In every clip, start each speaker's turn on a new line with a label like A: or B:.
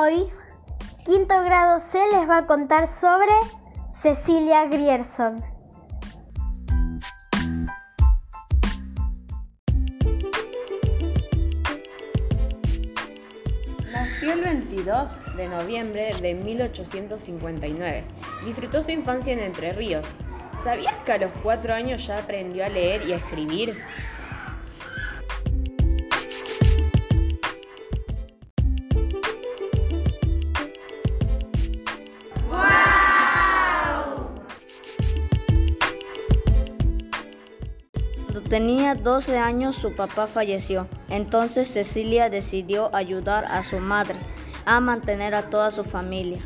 A: Hoy, quinto grado C les va a contar sobre Cecilia Grierson.
B: Nació el 22 de noviembre de 1859. Disfrutó su infancia en Entre Ríos. ¿Sabías que a los 4 años ya aprendió a leer y a escribir?
C: Cuando tenía 12 años su papá falleció. Entonces Cecilia decidió ayudar a su madre a mantener a toda su familia.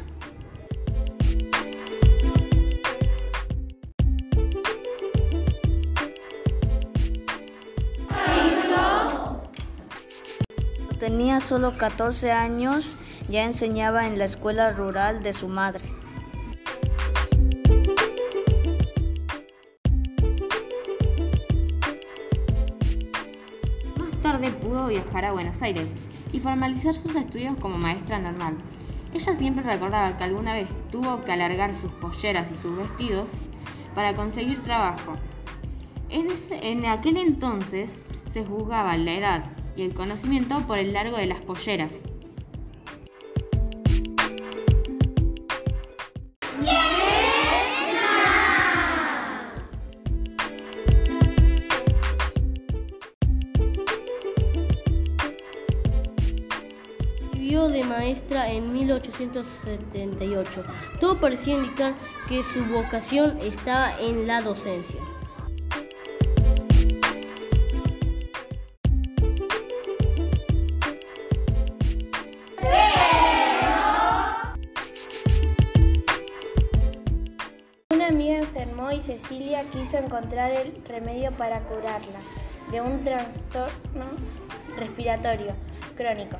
C: Cuando tenía solo 14 años ya enseñaba en la escuela rural de su madre.
B: Más tarde pudo viajar a Buenos Aires y formalizar sus estudios como maestra normal. Ella siempre recordaba que alguna vez tuvo que alargar sus polleras y sus vestidos para conseguir trabajo. En aquel entonces se juzgaba la edad y el conocimiento por el largo de las polleras.
D: Vivió de maestra en 1878. Todo parecía indicar que su vocación estaba en la docencia.
E: Una amiga enfermó y Cecilia quiso encontrar el remedio para curarla de un trastorno respiratorio crónico.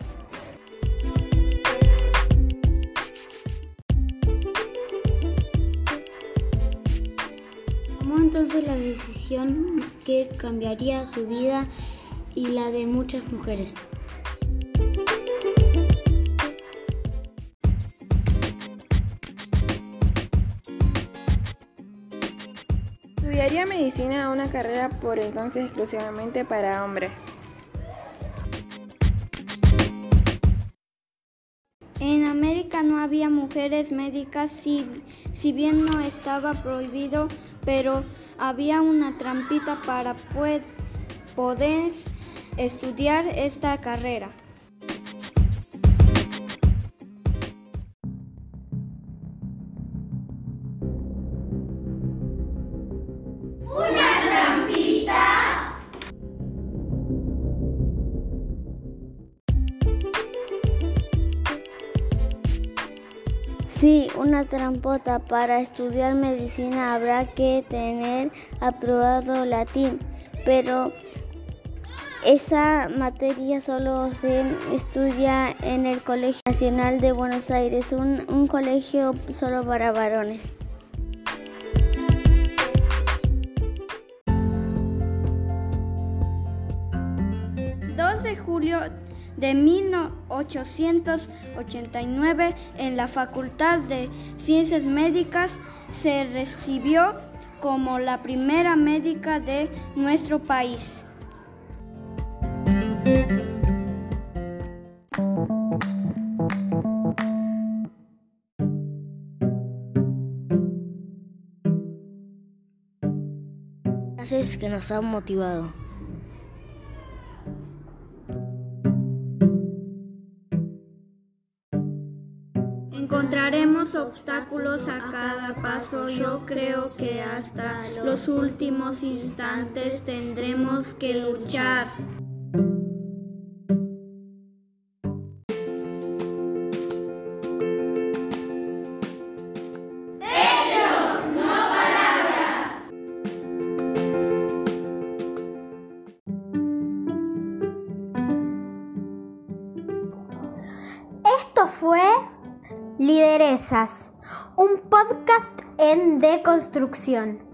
F: Tomó entonces la decisión que cambiaría su vida y la de muchas mujeres.
G: Estudiaría medicina, una carrera por entonces exclusivamente para hombres.
H: En América no había mujeres médicas, si bien no estaba prohibido, pero había una trampita para poder estudiar esta carrera.
F: Sí, una trampota. Para estudiar medicina habrá que tener aprobado latín, pero esa materia solo se estudia en el Colegio Nacional de Buenos Aires, un colegio solo para varones.
H: De julio de 1889 en la Facultad de Ciencias Médicas se recibió como la primera médica de nuestro país.
C: Frases que nos han motivado.
H: Encontraremos obstáculos a cada paso. Yo creo que hasta los últimos instantes tendremos que luchar.
A: Esto fue Lideresas, un podcast en deconstrucción.